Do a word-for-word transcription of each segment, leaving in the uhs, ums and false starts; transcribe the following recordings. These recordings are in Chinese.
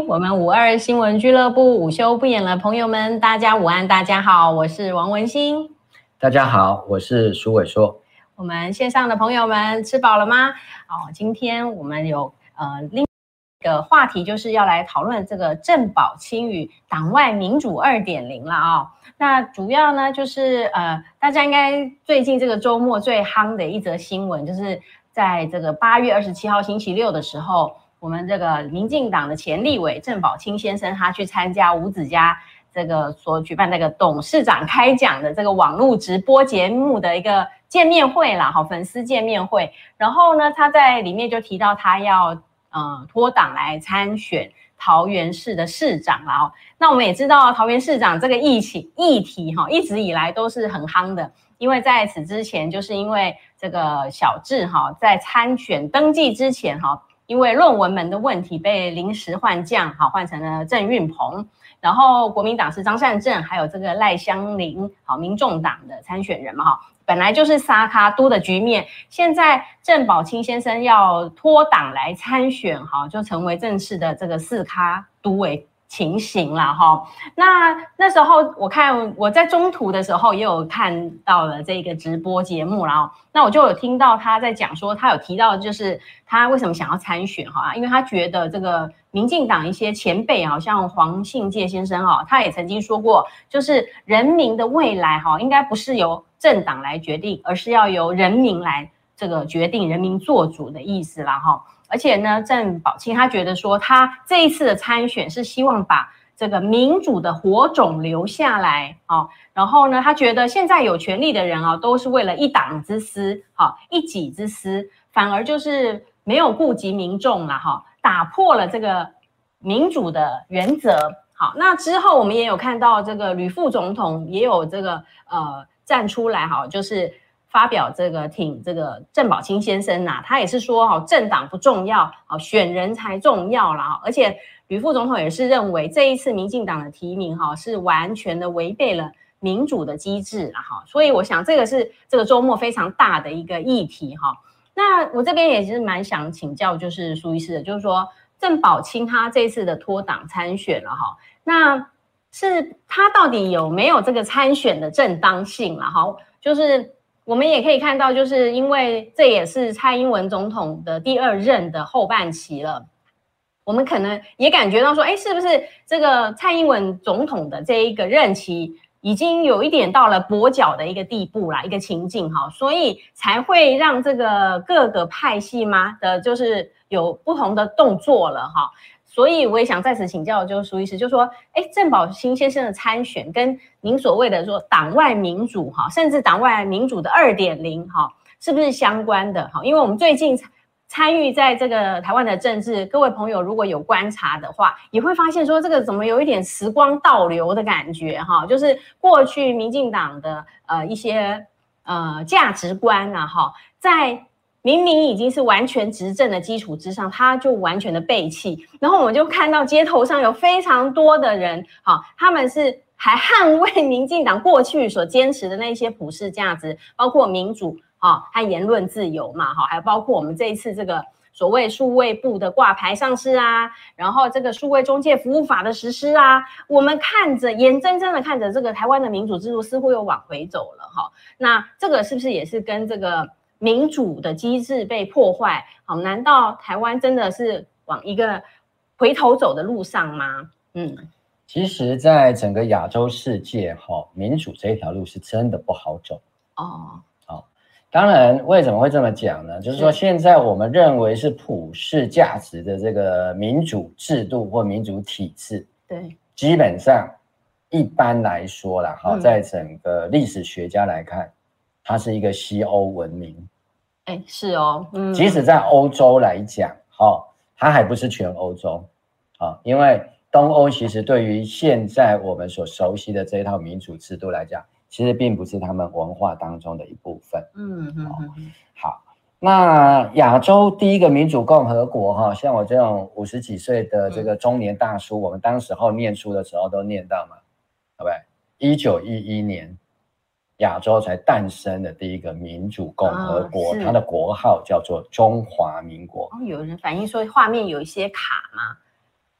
听我们五二新闻俱乐部午休不演了，朋友们，大家午安，大家好，我是王文馨。 大家好，我是苏伟硕。 我们线上的朋友们吃饱了吗？哦，今天我们有呃另一个话题，就是要来讨论这个郑宝清与党外民主 二点零 了啊、哦。那主要呢就是呃大家应该最近这个周末最夯的一则新闻，就是在这个八月二十七号星期六的时候，我们这个民进党的前立委郑宝清先生，他去参加吴子嘉这个所举办那个董事长开讲的这个网络直播节目的一个见面会啦，好，粉丝见面会。然后呢，他在里面就提到他要呃脱党来参选桃园市的市长啦。哦，那我们也知道桃园市长这个议题议题哈，一直以来都是很夯的，因为在此之前，就是因为这个小智哈在参选登记之前哈，因为论文门的问题被临时换将，好换成了郑运鹏。然后国民党是张善政，还有这个赖香伶，好，民众党的参选人嘛，哈，本来就是沙卡都的局面，现在郑宝清先生要脱党来参选，哈，就成为正式的这个四咖都为情形了，哈。那那时候我看我在中途的时候也有看到了这个直播节目，然后那我就有听到他在讲说，他有提到就是他为什么想要参选，哈，因为他觉得这个民进党一些前辈，好像黄信介先生，他也曾经说过，就是人民的未来应该不是由政党来决定，而是要由人民来这个决定，人民做主的意思啦。而且呢，郑宝清他觉得说，他这一次的参选是希望把这个民主的火种留下来，然后呢，他觉得现在有权力的人都是为了一党之私，一己之私，反而就是没有顾及民众啦，打破了这个民主的原则。好，那之后我们也有看到这个吕副总统也有这个呃站出来，哈，就是发表这个挺这个郑宝清先生呐，他也是说哈，政党不重要，选人才重要啦。而且吕副总统也是认为这一次民进党的提名哈是完全的违背了民主的机制啦，哈，所以我想这个是这个周末非常大的一个议题哈。那我这边也是蛮想请教，就是苏医师的，就是说郑宝清他这次的脱党参选了哈，那是他到底有没有这个参选的正当性了哈？就是我们也可以看到，就是因为这也是蔡英文总统的第二任的后半期了，我们可能也感觉到说，哎，是不是这个蔡英文总统的这一个任期已经有一点到了跛脚的一个地步啦，一个情境哈，所以才会让这个各个派系嘛的，就是有不同的动作了哈。所以我也想在此请教，就是苏医师，就说，哎，郑宝清先生的参选跟您所谓的说党外民主哈，甚至党外民主的 二点零 哈，是不是相关的哈？因为我们最近参与在这个台湾的政治，各位朋友如果有观察的话，也会发现说这个怎么有一点时光倒流的感觉哈，就是过去民进党的呃一些呃价值观啊哈，在明明已经是完全执政的基础之上，他就完全的背弃，然后我们就看到街头上有非常多的人，好，他们是还捍卫民进党过去所坚持的那些普世价值，包括民主啊和言论自由嘛，哈，还有包括我们这一次这个所谓数位部的挂牌上市啊，然后这个数位中介服务法的实施啊，我们看着眼睁睁的看着这个台湾的民主制度似乎又往回走了哈，那这个是不是也是跟这个民主的机制被破坏，好，难道台湾真的是往一个回头走的路上吗？嗯， 其实在整个亚洲世界哈，民主这一条路是真的不好走哦。好，当然为什么会这么讲呢？就是说现在我们认为是普世价值的这个民主制度或民主体制，对，基本上一般来说啦，哈，在整个历史学家来看，它是一个西欧文明。 哎，是哦，嗯， 即使在欧洲来讲，哈，它还不是全欧洲，啊，因为东欧其实对于现在我们所熟悉的这一套民主制度来讲，其实并不是他们文化当中的一部分。嗯嗯嗯。好，那亚洲第一个民主共和国，哈，像我这种五十几岁的这个中年大叔，嗯、我们当时候念书的时候都念到嘛，对不对？一九一一年。亚洲才诞生的第一个民主共和国，哦、它的国号叫做中华民国。 哦，有人反映说画面有一些卡吗？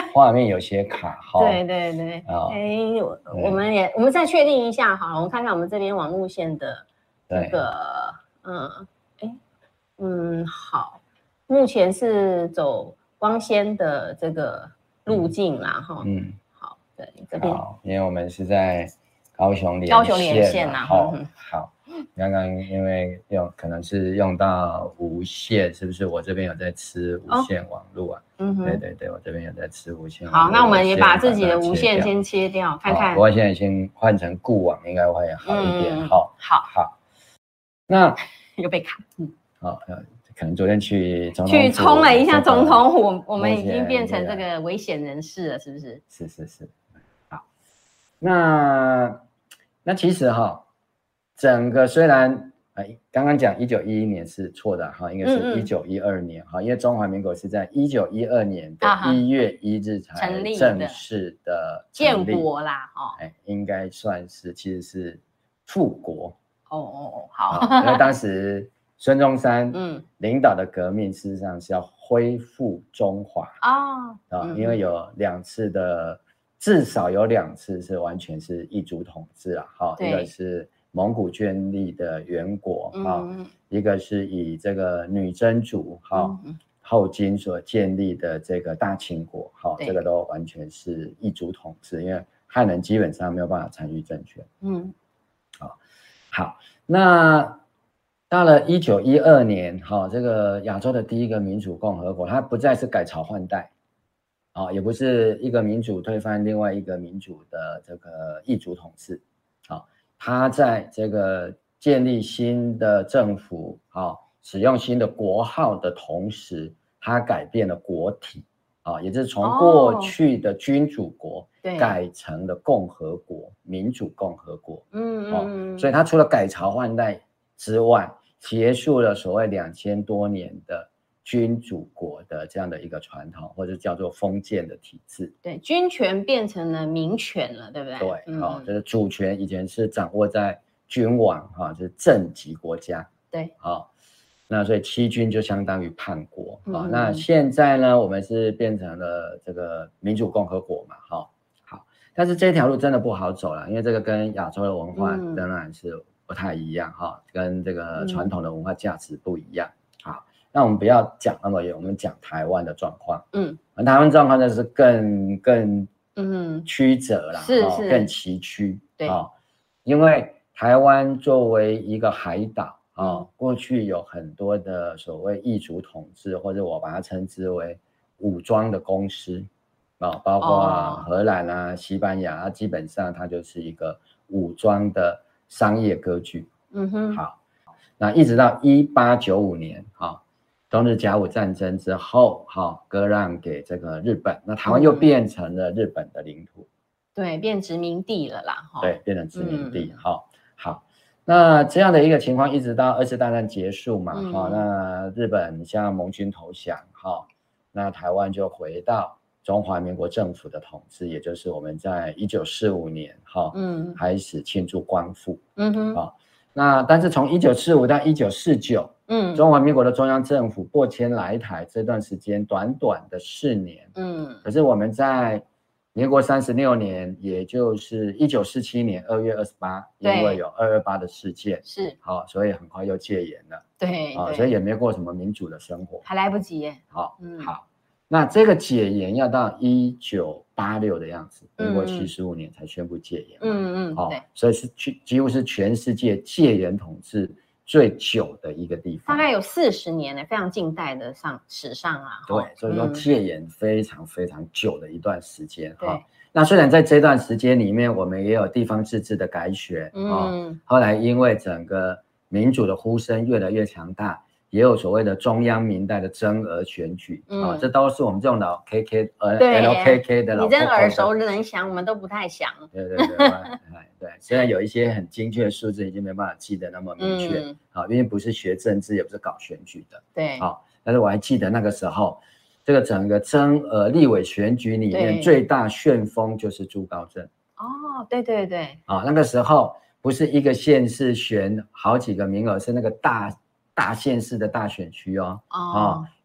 画面有些卡哈。 对对对，哎、哦欸，我们也我们再确定一下好了，我们看看我们这边网路线的这个，嗯，哎、欸，嗯，好，目前是走光纤的这个路径啦，哈、嗯，嗯，好，对，这边， 好，因为我们是在高雄连线， 高雄连线啦， 哈、嗯，好。刚刚因为用可能是用到无线，是不是？我这边有在吃无线网络啊？哦、嗯哼，对对对，我这边有在吃无线网络。 好，那我们也把自己的无线先切掉，看看。 不过现在先换成固网，应该会好一点。好、嗯， 好， 好。那又被卡。嗯， 好，可能昨天去总统去冲了一下总统府，我们已经变成这个危险人士了，是不是？ 是是是。好，那那其实哈。整个虽然哎，刚刚讲一九一一年是错的哈，应该是一九一二年哈、嗯嗯，因为中华民国是在一九一二年的一月一日才正式的建国啦，哦， 哎，应该算是其实是复国。 哦哦哦，好， 因为当时孙中山嗯领导的革命事实上是要恢复中华啊啊、哦，因为有两次的，至少有两次是完全是异族统治啊，哈、哦，一个是。蒙古眷立的元国哈、嗯，一个是以这个女真族哈、嗯、后金所建立的这个大清国哈，这个都完全是异族统治，因为汉人基本上没有办法参与政权。嗯，好，好，那到了一九一二年哈，这个亚洲的第一个民主共和国，它不再是改朝换代，啊，也不是一个民主推翻另外一个民主的这个异族统治，啊。他在这个建立新的政府，啊，使用新的国号的同时，他改变了国体，啊，也就是从过去的君主国改成了共和国、哦、民主共和国。嗯嗯、哦，所以他除了改朝换代之外，结束了所谓两千多年的君主国的这样的一个传统，或者叫做封建的体制。 对，军权变成了民权了，对不对？ 对，好、嗯哦，就是主权以前是掌握在君王哈、哦，就是政级国家。 对， 好、哦，那所以七军就相当于叛国啊、嗯哦。那现在呢，我们是变成了这个民主共和国嘛，哈、哦，好，但是这条路真的不好走了，因为这个跟亚洲的文化当然是不太一样哈、嗯，跟这个传统的文化价值不一样。好、嗯。那我们不要讲那么远，我们讲台湾的状况。嗯，台湾状况就是更更嗯曲折啦， 是是、哦、 更崎岖。 对、 哦，因为台湾作为一个海岛啊、哦嗯，过去有很多的所谓异族统治，或者我把它称之为武装的公司啊、哦，包括荷兰啊、哦、西班牙啊，基本上它就是一个武装的商业割据。嗯哼，好，那一直到一八九五年啊。哦中日甲午战争之后，哈、哦，割让给这个日本，那台湾又变成了日本的领土，嗯、 对，变殖民地了啦，哈、哦， 对，变成殖民地，好、嗯哦，好，那这样的一个情况一直到二次大战结束嘛，哈、嗯哦，那日本向盟军投降，哈、哦，那台湾就回到中华民国政府的统治，也就是我们在一九四五年，哈、哦，嗯，开始庆祝光复，嗯哼，啊、哦，那但是从一九四五到一九四九。嗯，中华民国的中央政府拨迁来台这段时间，短短的四年，嗯，可是我们在民国三十六年，也就是一九四七年二月二十八，因为有二二八的事件， 是好、哦，所以很快又戒严了， 对， 啊、哦，所以也没过什么民主的生活， 还来不及耶， 好、哦，嗯，好，那这个解严要到一九八六的样子，民国七十五年才宣布戒严，嗯嗯，好、哦，所以是几几乎是全世界戒严统治最久的一个地方， 大概有四十年呢，非常近代的上史上啊。 对，所以说戒严非常非常久的一段时间哈、嗯哦。那虽然在这段时间里面，我们也有地方自治的改选，嗯、哦，后来因为整个民主的呼声越来越强大，也有所谓的中央民代的增额选举，嗯、哦，这都是我们这种老 K K 呃 L K K 的老 K K 的， 你真耳熟能详，我们都不太详。 对对对，对，虽然有一些很精确的数字已经没办法记得那么明确，嗯、好，因为不是学政治，也不是搞选举的， 对， 好，但是我还记得那个时候，这个整个增额立委选举里面最大旋风就是朱高正。 哦，对对对， 啊，那个时候不是一个县市选好几个名额，是那个大大县市的大选区哦，哦，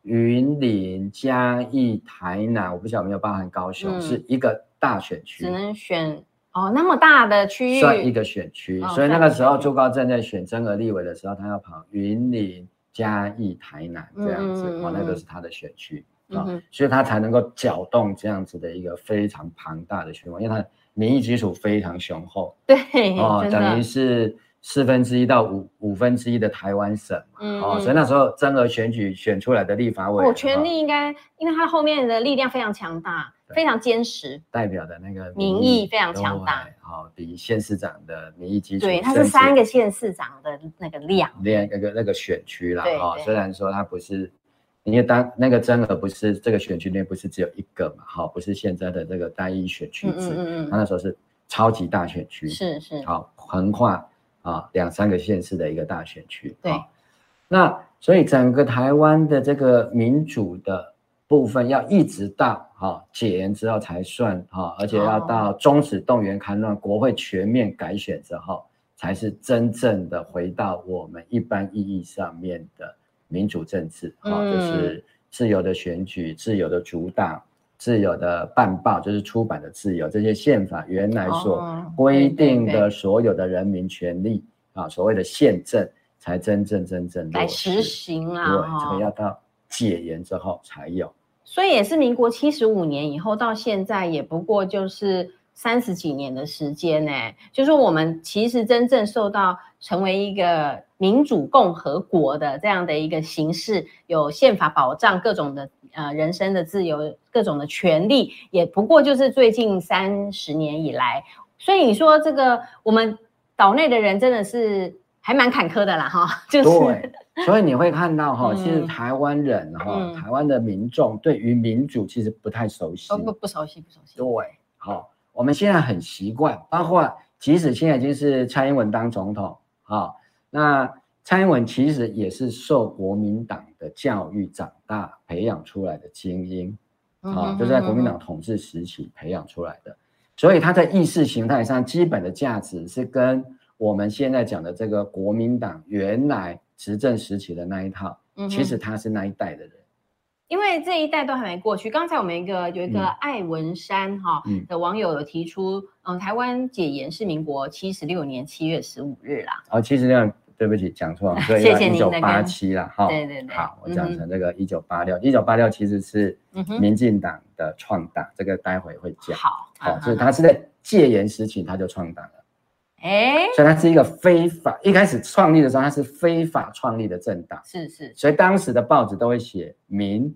云林、嘉义、台南，我不晓得有没有包含高雄，嗯、是一个大选区， 只能选哦那么大的区域， 算一个选区。哦、所以那个时候朱高正在选增额立委的时候，他要跑云林、嘉义、台南这样子，嗯嗯嗯哦，那都是他的选区啊、嗯哦，所以他才能够搅动这样子的一个非常庞大的选委，因为他民意基础非常雄厚， 对， 哦，等于是。四分之一到五五分之一的台湾省嘛，嗯、哦，所以那时候增额选举选出来的立法委， 哦，权力应该，因为他后面的力量非常强大，非常坚实， 代表的那个民意非常强大， 好、哦，比县市长的民意基础， 对，他是三个县市长的那个量， 那个那个选区啦，哈、哦，虽然说它不是，因为当那个增额不是这个选区内不是只有一个嘛，好、哦，不是现在的这个单一选区制，嗯嗯嗯，他那时候是超级大选区， 是是， 好、哦，横跨。啊，两三个县市的一个大选区。 对， 哦、那所以整个台湾的这个民主的部分，要一直到哈、哦、解严之后才算哈、哦，而且要到终止动员戡乱，国会全面改选之后，才是真正的回到我们一般意义上面的民主政治。哈、哦，嗯、就是自由的选举、自由的主党。自由的办报就是出版的自由，这些宪法原来所规定的所有的人民权利、哦、啊，所谓的宪政才真正真正来实行啊。 对，这个要到解严之后才有。 所以也是民国七十五年以后到现在，也不过就是三十几年的时间呢。就是我们其实真正受到成为一个民主共和国的这样的一个形式，有宪法保障各种的呃人身的自由，各种的权利，也不过就是最近三十年以来。所以你说这个我们岛内的人真的是还蛮坎坷的啦哈，就是。 对，所以你会看到哈，其实台湾人哈，嗯、台湾的民众对于民主其实不太熟悉， 哦、不不熟悉不熟悉。 对，好，我们现在很习惯，包括即使现在已经是蔡英文当总统，好，那蔡英文其实也是受国民党的教育长大培养出来的精英，啊，就是在国民党统治时期培养出来的，所以他在意识形态上基本的价值是跟我们现在讲的这个国民党原来执政时期的那一套，嗯、其实他是那一代的人。 因为这一代都还没过去。刚才我们一个有一个艾文山哈、嗯、的网友有提出，嗯，台湾解严是民国七十六年七月十五日啦。 哦，七十六，对不起，讲错了，所以谢谢您一九八七啦，哈， 对对对， 好，我讲成这个一九八六，一九八六其实是民进党的创党，这个待会会讲。 好， 好，所以他是在戒严时期他就创党了。 哎， 所以它是一个非法，一开始创立的时候，它是非法创立的政党， 是是， 所以当时的报纸都会写民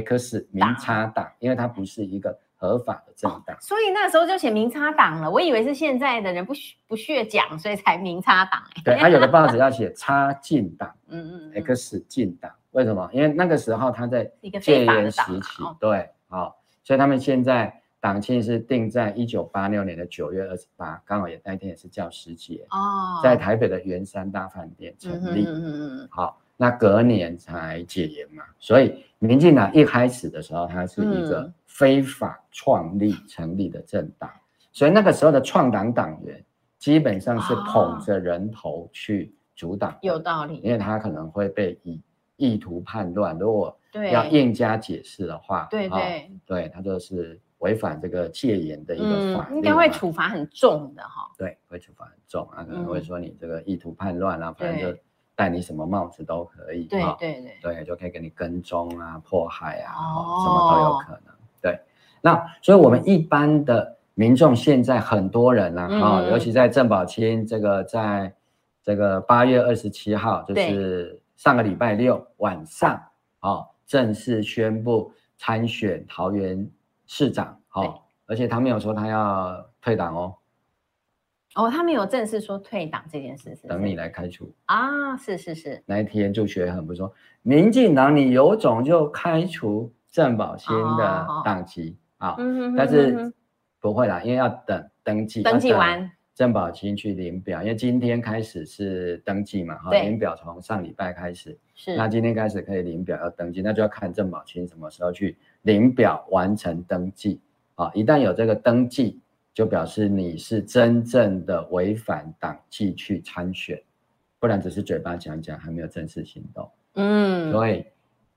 X 民差党，因为它不是一个合法的政党，哦、 所以那时候就写民差党了。我以为是现在的人不不屑讲，所以才民差党。 对，它有的报纸要写差进党，嗯嗯 ，X 进党，为什么？因为那个时候他在戒严时期，对，好、哦，所以他们现在。党庆是定在一九八六年的九月二十八，刚好也那一天也是教师节哦，在台北的圆山大饭店成立。嗯嗯嗯好，那隔年才解严嘛，所以民进党一开始的时候，它是一个非法创立成立的政党，嗯、所以那个时候的创党党员基本上是捧着人头去主党、哦， 有道理， 因为他可能会被以意图叛乱，如果要硬加解释的话， 对对、 哦、对，他就是。违反这个戒严的一个法律、 嗯，应该会处罚很重的哈。 对，会处罚很重啊，可能会说你这个意图叛乱啊，嗯、反正就戴你什么帽子都可以。 对对对， 对，就可以给你跟踪啊、迫害啊，哦、什么都有可能。对，那所以我们一般的民众现在很多人啊，哈、嗯，尤其在郑宝清这个在这个八月二十七号，就是上个礼拜六晚上，哦，正式宣布参选桃园。市长，哦，而且他没有说他要退党哦。 哦，他没有正式说退党这件事，是等你来开除啊，是是是。 那一天就学很不说，民进党你有种就开除郑宝清的党籍啊，但是不会啦，因为要等登记， 登记完郑宝清去领表，因为今天开始是登记嘛，哈，领表从上礼拜开始，是，那今天开始可以领表要登记，那就要看郑宝清什么时候去。领表完成登记啊，一旦有这个登记，就表示你是真正的违反党纪去参选，不然只是嘴巴讲讲，还没有正式行动。嗯，所以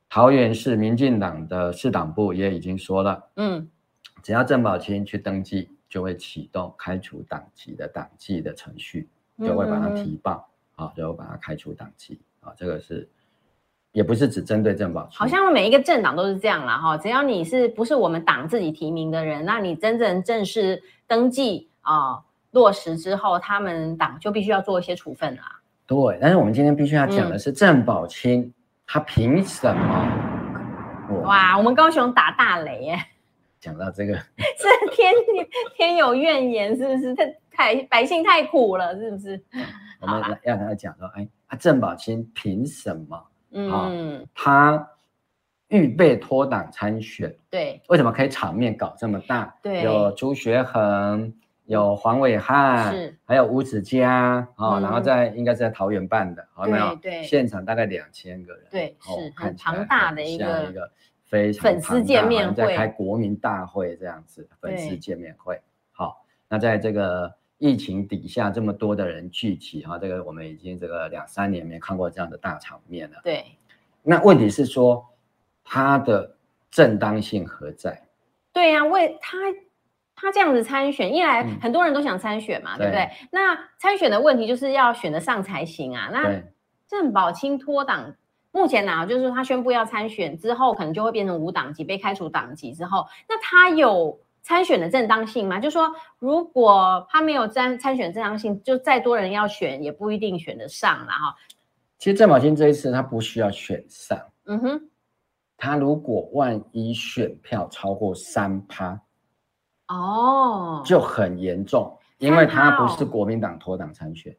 桃园市民进党的市党部也已经说了， 嗯， 只要郑宝清去登记，就会启动开除党籍的党纪的程序，就会把它提报，啊、嗯，就会把它开除党籍啊，这个是。也不是只针对郑宝清， 好像每一个政党都是这样啦哈。只要你是不是我们党自己提名的人，那你真正正式登记啊、呃、落实之后，他们党就必须要做一些处分啦。 对，但是我们今天必须要讲的是郑宝清，嗯、他凭什么？ 哇，我们高雄打大雷耶！ 讲到这个， 是天天有怨言，是不是？太百姓太苦了，是不是？ 我们要跟他讲说，哎，啊，郑宝清凭什么？ 嗯、 哦，他预备脱党参选， 对， 为什么可以场面搞这么大？ 对， 有朱学恒，有黄伟汉， 是， 还有吴子嘉，哦，嗯、然后在应该是在桃园办的，好、哦、没有？ 对， 现场大概两千个人， 对， 哦、 是很庞大的一个一个非常粉丝见面会， 在开国民大会这样子粉丝见面会。好，那在这个疫情底下这么多的人聚集哈，这个我们已经这个两三年没看过这样的大场面了。 对， 那问题是说它的正当性何在？ 对呀、啊，为他他这样子参选，一来很多人都想参选嘛，嗯、对不对？那参选的问题就是要选得上才行啊。那郑宝清脱党，目前呢、啊，就是他宣布要参选之后，可能就会变成无党籍，被开除党籍之后，那他有参选的正当性吗？就是说，如果他没有参参选正当性，就再多人要选，也不一定选得上啦哈。 其实郑宝清这一次他不需要选上， 嗯哼， 他如果万一选票超过三趴， 哦， 就很严重，因为他不是国民党脱党参选。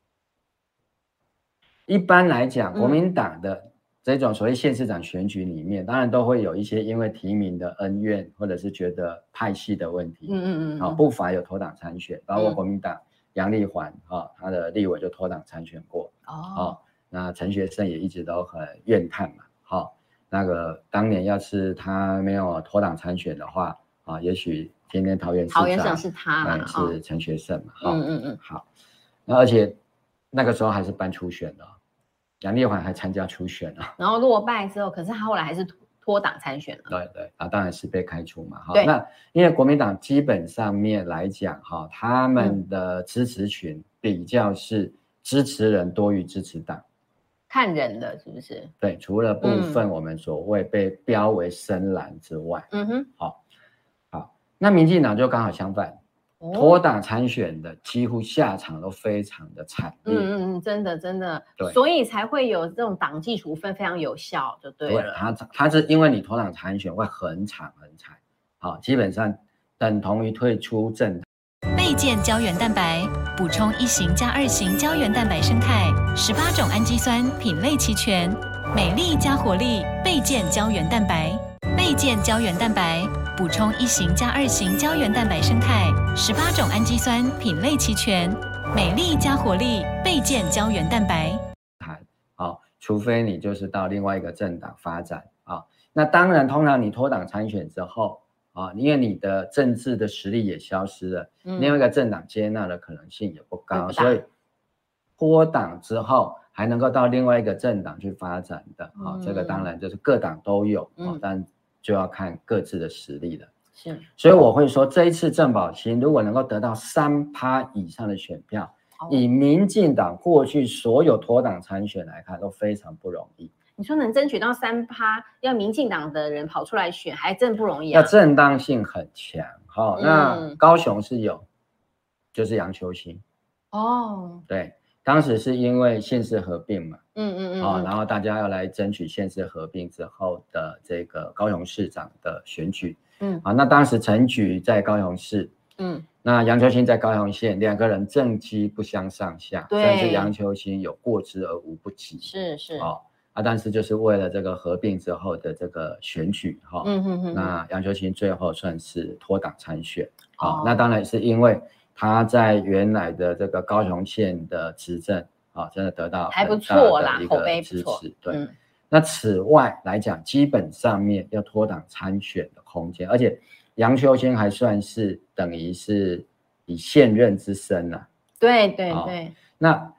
一般来讲，国民党的这种所谓县市长选举里面，嗯、当然都会有一些因为提名的恩怨，或者是觉得派系的问题，嗯嗯嗯，好、哦，不乏有脱党参选，包括国民党杨丽环哈、哦，他的立委就脱党参选过，哦，哦那陈学圣也一直都很怨叹嘛，好、哦，那个当年要是他没有脱党参选的话，啊、哦，也许天天桃园市长， 桃园省是他啦， 嗯、是陈学圣嘛，哦、 嗯嗯嗯， 好，那而且那个时候还是办初选的。杨丽环还参加初选啊， 然后落败之后，可是他后来还是脱党参选了。 对对啊，当然是被开除嘛。哈，那因为国民党基本上面来讲，哈，他们的支持群比较是支持人多于支持党， 看人的是不是？ 对，除了部分我们所谓被标为深蓝之外，嗯哼，好，好，那民进党就刚好相反。脱党参选的几乎下场都非常的惨烈， 嗯嗯，真的真的， 对， 所以才会有这种党纪处分非常有效，就对了。 对，他他是因为你脱党参选会很惨很惨，好，基本上等同于退出政党。 倍健胶原蛋白补充一型加二型胶原蛋白生态，十八种氨基酸品类齐全，美丽加活力，倍健胶原蛋白。倍健胶原蛋白补充一型加二型胶原蛋白生态，十八种氨基酸品类齐全，美丽加活力，倍健胶原蛋白。 好，除非你就是到另外一个政党发展啊，那当然，通常你脱党参选之后啊，因为你的政治的实力也消失了，嗯、另外一个政党接纳的可能性也不高，所以脱党之后还能够到另外一个政党去发展的啊，嗯、这个当然就是各党都有啊，嗯、但就要看各自的实力了。 是， 所以我会说，这一次郑宝清如果能够得到三趴以上的选票，哦、以民进党过去所有脱党参选来看，都非常不容易。 你说能争取到三趴，要民进党的人跑出来选，还真不容易啊。 要正当性很强。好、哦，嗯、那高雄是有，就是杨秋兴。 哦， 对。当时是因为县市合并嘛， 嗯嗯嗯， 哦，然后大家要来争取县市合并之后的这个高雄市长的选举，嗯，啊，那当时陈菊在高雄市，嗯，那杨秋兴在高雄县，两个人政绩不相上下，甚至杨秋兴有过之而无不及， 是是， 哦，啊，但是就是为了这个合并之后的这个选举，哈、哦，嗯嗯嗯，那杨秋兴最后算是脱党参选，啊、哦，那当然是因为。他在原来的这个高雄县的执政啊，真的得到还不错啦，口碑支持。对，嗯、那此外来讲，基本上面要脱党参选的空间，而且杨秋兴还算是等于是以现任之身啦、啊。 对对对。 那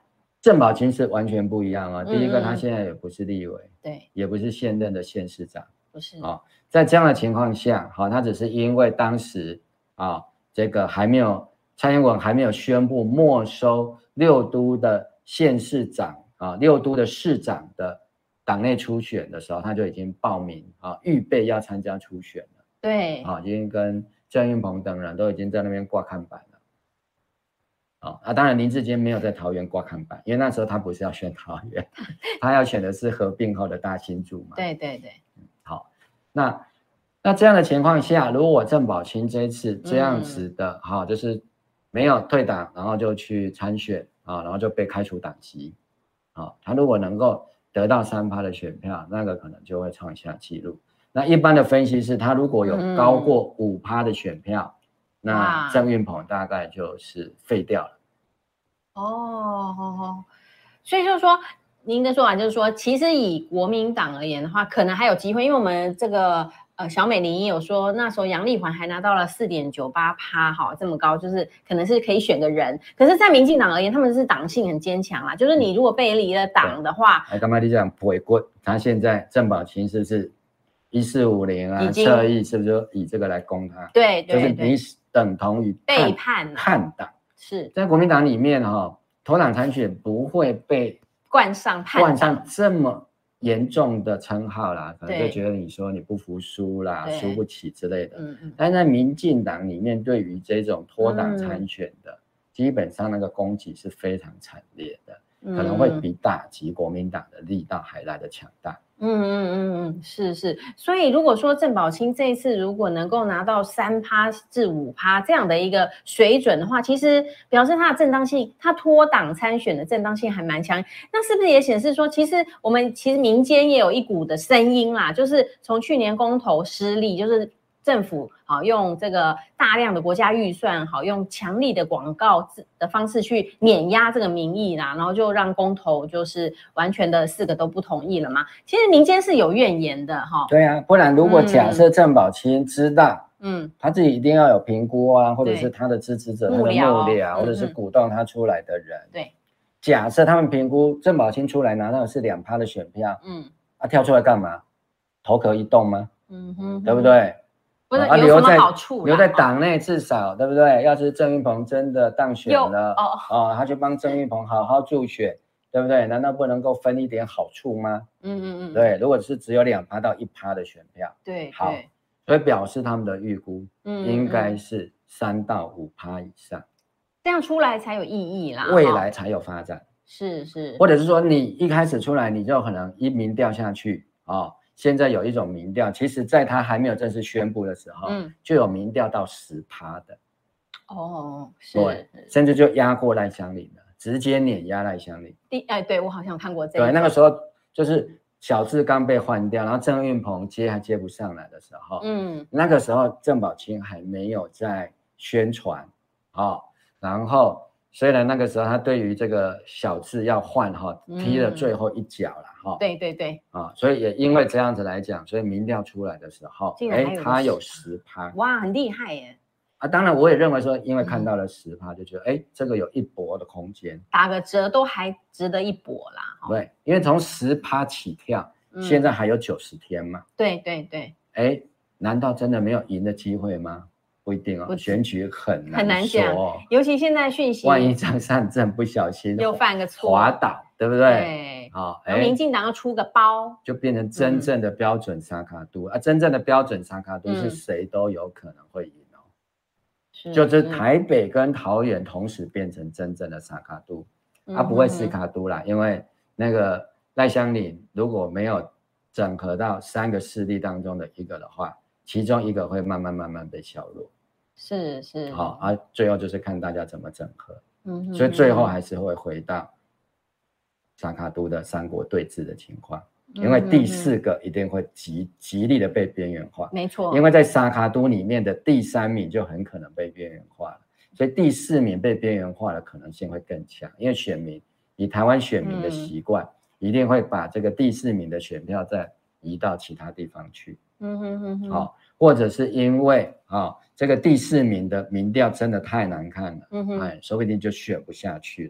郑宝清是完全不一样哦。 嗯、 第一个，他现在也不是立委， 对， 也不是现任的县市长， 不是啊、哦。在这样的情况下，好、哦，他只是因为当时啊、哦，这个还没有蔡英文还没有宣布没收六都的县市长啊、哦，六都的市长的党内初选的时候，他就已经报名啊、哦，预备要参加初选了。 对， 啊、哦，已经跟郑运鹏等人都已经在那边挂看板了。哦、啊，当然林智坚没有在桃园挂看板，因为那时候他不是要选桃园，他要选的是合并后的大新竹嘛。 对对对， 好，那那这样的情况下，如果郑宝清这一次这样子的，哈、嗯哦，就是没有退党，然后就去参选啊、哦，然后就被开除党籍，啊、哦，他如果能够得到三趴的选票，那个可能就会创下纪录。那一般的分析是，他如果有高过五趴的选票。嗯，那郑运鹏大概就是废掉了。 哦，哦，所以就是说，您的说法就是说，其实以国民党而言的话，可能还有机会，因为我们这个呃小美玲有说，那时候杨丽环还拿到了四点九八趴，哈，这么高，就是可能是可以选个人。可是，在民进党而言，他们是党性很坚强啦，就是你如果背离了党的话， 哎，刚才你讲回过，他现在郑宝清是不是一四五零啊？侧翼是不是就以这个来攻他？ 对对对， 就是你等同于背叛叛党。 是在国民党里面哈、哦，投党参选不会被冠上叛党冠上这么严重的称号啦，可能就觉得你说你不服输啦，输不起之类的。嗯嗯。但在民进党里面，对于这种脱党参选的，嗯、基本上那个攻击是非常惨烈的，嗯、可能会比打击国民党的力道还来得强大。 嗯嗯嗯嗯，是是，所以如果说郑宝清这一次如果能够拿到三趴至五趴这样的一个水准的话，其实表示他的正当性，他脱党参选的正当性还蛮强。那是不是也显示说，其实我们其实民间也有一股的声音啦，就是从去年公投失利，就是政府好用这个大量的国家预算，好用强力的广告的方式去碾压这个民意啦，然后就让公投就是完全的四个都不同意了嘛。其实民间是有怨言的哈。 对啊，不然如果假设郑宝清知道， 嗯， 他自己一定要有评估啊，或者是他的支持者、他的幕僚，或者是鼓动他出来的人， 对。 假设他们评估郑宝清出来拿到的是两趴的选票，嗯，啊跳出来干嘛？头壳一动吗？嗯哼，对不对？ 不是有什么好处、啊、 留在党内至少对不对？要是郑运鹏真的当选了，哦哦，他就帮郑运鹏好好助选，对不对？难道不能够分一点好处吗？嗯嗯嗯，对。如果是只有两趴到一趴的选票， 对， 好，所以表示他们的预估应该是三到五趴以上， 这样出来才有意义啦， 未来才有发展。 是是， 或者是说你一开始出来你就可能一民调下去啊。哦，现在有一种民调，其实在他还没有正式宣布的时候，嗯，就有民调到 百分之十 的。 哦，是， 对，甚至就压过赖香伶了，直接碾压赖香伶。 第哎，对我好像看过这个。 对，那个时候就是小智刚被换掉，然后郑运鹏接还接不上来的时候，嗯，那个时候郑宝清还没有在宣传啊、哦，然后虽然那个时候他对于这个小智要换哈、哦，踢了最后一脚了。 哦、对对对啊，所以也因为这样子来讲，所以民调出来的时候，哎，他有十趴， 哇，很厉害耶！ 啊，当然我也认为说，因为看到了十趴，就觉得哎，这个有一搏的空间， 打个折都还值得一搏啦。 哦、对，因为从十趴起跳，嗯、现在还有九十天嘛。 对对对， 哎，难道真的没有赢的机会吗？不一定哦，选举很难很难讲，尤其现在讯息， 万一张善政不小心又犯个错， 滑倒，对不对？ 对， 好， 哎，民进党要出个包， 就变成真正的标准沙卡都、嗯、啊！真正的标准沙卡都是谁都有可能会赢哦，嗯、就是台北跟桃园同时变成真正的沙卡都，它、嗯啊、不会是卡都啦，因为那个赖香伶如果没有整合到三个势力当中的一个的话，其中一个会慢慢慢慢被削弱。 是是， 好啊，最后就是看大家怎么整合，嗯，所以最后还是会回到沙卡都的三国对峙的情况，因为第四个一定会极极力的被边缘化， 没错， 因为在沙卡都里面的第三名就很可能被边缘化了，所以第四名被边缘化的可能性会更强，因为选民以台湾选民的习惯，嗯、一定会把这个第四名的选票再移到其他地方去，嗯哼哼哼，好，或者是因为啊。哦这个第四名的民调真的太难看了，嗯哼，哎，说不定就选不下去了，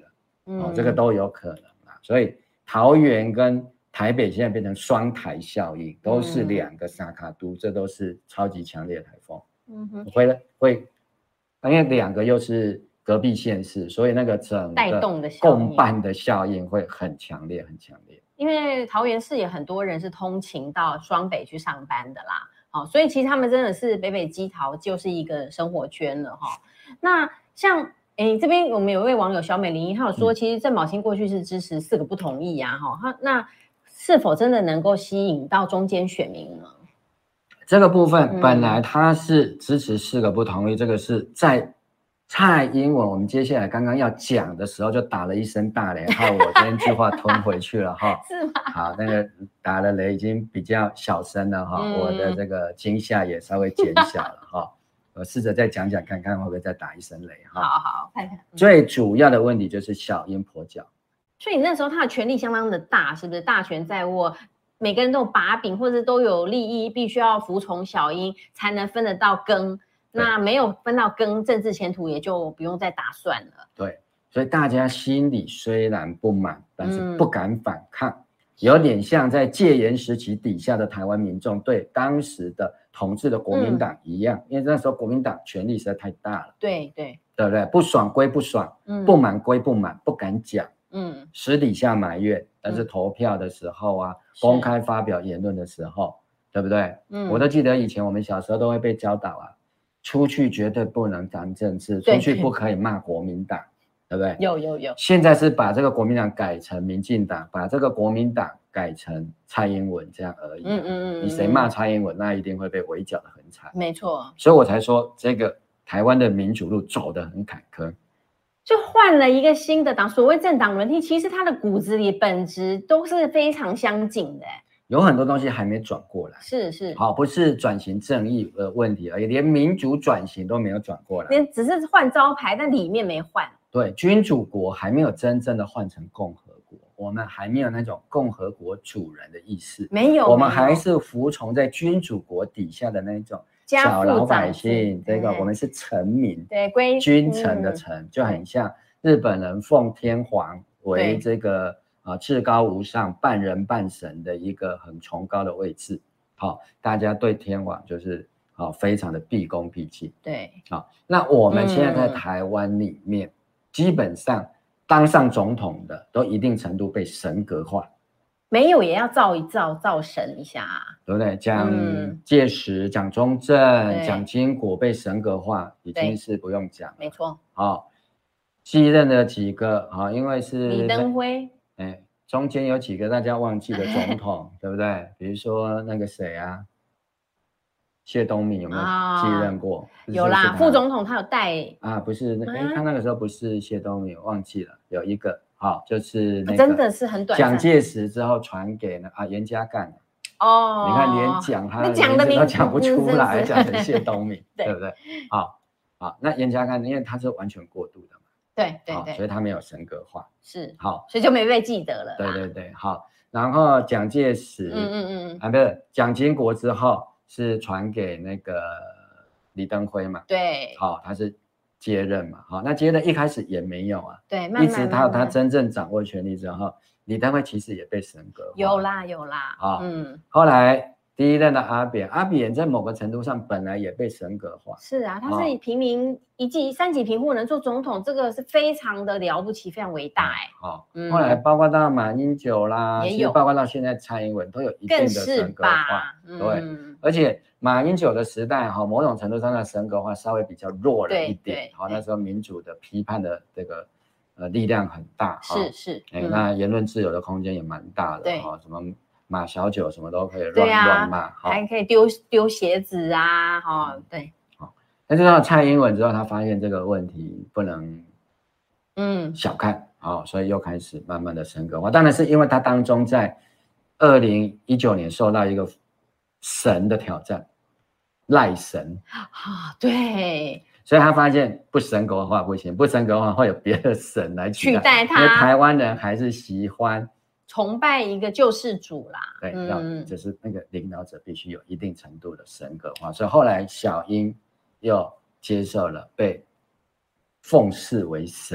嗯哦、这个都有可能啊。所以桃园跟台北现在变成双台效应，都是两个萨卡都，嗯、这都是超级强烈的台风。嗯哼，会会，因为两个又是隔壁县市，所以那个整个共伴的效应会很强烈，很强烈。 因为桃园市也很多人是通勤到双北去上班的啦，好，所以其实他们真的是北北基桃就是一个生活圈了哈。那像诶这边我们有一位网友小美零一，他有说，其实郑宝清过去是支持四个不同意啊，哈，那是否真的能够吸引到中间选民呢？ 这个部分本来他是支持四个不同意，嗯、这个是在蔡英文我们接下来刚刚要讲的时候就打了一声大雷，害我这句话吞回去了哈。 是吗？ 好，那个打了雷已经比较小声了哈，嗯、我的这个惊吓也稍微减小了哈。我试着再讲讲看看会不会再打一声雷哈。 好好看看。 最主要的问题就是小英跛脚。 所以那时候他的权力相当的大，是不是大权在握？每个人都有把柄，或者都有利益，必须要服从小英才能分得到羹。那没有分到羹，政治前途也就不用再打算了。 对，所以大家心里虽然不满，但是不敢反抗，嗯、有点像在戒严时期底下的台湾民众对当时的统治的国民党一样，嗯、因为那时候国民党权力实在太大了。 对对， 对不对？不爽归不爽，嗯、不满归不满，不敢讲。嗯，私底下埋怨，但是投票的时候啊，嗯、公开发表言论的时候，对不对？嗯，我都记得以前我们小时候都会被教导啊，出去绝对不能谈政治，出去不可以骂国民党，对不对？ 有有有。 现在是把这个国民党改成民进党，把这个国民党改成蔡英文这样而已。嗯嗯嗯。你谁骂蔡英文，那一定会被围剿的很惨。 没错。 所以我才说这个台湾的民主路走得很坎坷。 就换了一个新的党，所谓政党轮替，其实它的骨子里本质都是非常相近的。 有很多东西还没转过来， 是是， 好，不是转型正义的问题而已，连民主转型都没有转过来， 连只是换招牌，但里面没换。 对，君主国还没有真正的换成共和国，我们还没有那种共和国主人的意识， 没有， 我们还是服从在君主国底下的那种小老百姓，这个我们是臣民， 对，归君臣的臣，嗯、就很像日本人奉天皇为这个啊至高无上、半人半神的一个很崇高的位置。好，大家对天皇就是啊非常的毕恭毕敬。 对， 好，那我们现在在台湾里面，嗯、基本上当上总统的都一定程度被神格化。 没有也要造一造，造神一下，啊， 对不对？蒋介石、蒋中正、蒋经国被神格化，已经是不用讲了。 没错。 好，继任的几个，好，因为是李登辉， 哎，中间有几个大家忘记的总统，对不对？比如说那个谁啊，谢东閔有没有继任过？哦、 有啦，副总统他有带啊，不是，哎、啊，他那个时候不是谢东閔，忘记了，有一个。好，就是那个真的是很短。 蒋介石之后传给了啊严家淦哦， 你看连讲他的名字都讲不出来，讲成谢东閔，对不对？好，好，那严家淦因为他是完全过渡的嘛， 对对对， 所以他没有神格化， 是好， 所以就没被记得了。 对对对，好，然后蒋介石，嗯嗯嗯，啊不是蒋经国之后是传给那个李登辉嘛， 对， 好，他是。接任嘛，好，那接任一开始也没有啊， 对，慢慢一直他他真正掌握权力之后，李登辉其实也被神格化， 有啦有啦， 啊，嗯，后来第一任的阿扁，阿扁在某个程度上本来也被神格化， 是啊，他是以平民一级三级贫户能做总统，这个是非常的了不起，非常伟大哎， 好，嗯，后来包括到马英九啦，也有，包括到现在蔡英文都有一定的神格化，对，而且。马英九的时代哈，某种程度上的神格化稍微比较弱了一点，好，那时候民主的批判的这个呃力量很大， 是是， 哎、嗯，那言论自由的空间也蛮大的，哈，什么马小九什么都可以乱乱骂， 还可以丢丢鞋子啊，哈，对， 好，但是到蔡英文之后，他发现这个问题不能嗯小看，好，所以又开始慢慢的神格化，当然是因为他当中在二零一九年受到一个神的挑战。赖神啊，对， 所以他发现不神格化不行，不神格化会有别的神来取代, 取代他。 因为台湾人还是喜欢崇拜一个救世主啦， 对，嗯、要就是那个领导者必须有一定程度的神格化，所以后来小英又接受了被奉视为神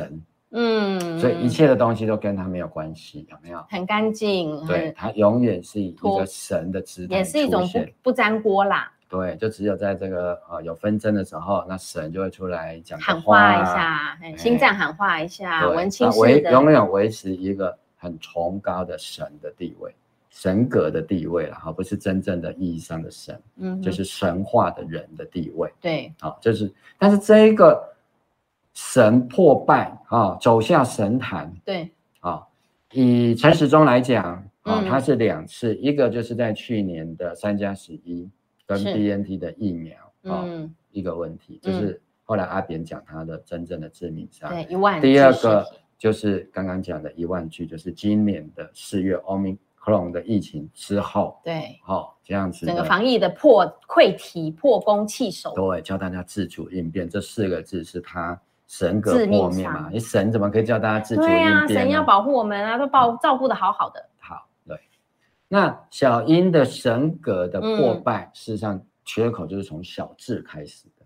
嗯， 所以一切的东西都跟他没有关系，有没有？ 很干净， 对，他永远是以一个神的姿态也是一种不不沾锅啦。 对，就只有在这个呃有纷争的时候，那神就会出来讲喊话一下，哎、心脏喊话一下，文青式的， 永远维持一个很崇高的神的地位，神格的地位了哈，不是真正的意义上的神，嗯，就是神化的人的地位。 对， 好，就是，但是这一个神破败啊，走下神坛， 对， 啊，以陈时中来讲啊，他是两次，一个就是在去年的三加十一。跟 B N T 的疫苗啊、嗯，一个问题就是后来阿扁讲他的真正的致命伤， 对一万。 第二个就是刚刚讲的一万句，就是今年的四月 Omicron 的疫情之后， 对， 好、哦、这样子整个防疫的破溃堤、破功弃守， 对，教大家自主应变，这四个字是他神格破灭嘛？你神怎么可以叫大家自主应变呢？ 对啊，神要保护我们啊，都保照顾的好好的。 好。那小英的神格的破败，嗯、事实上缺口就是从小智开始的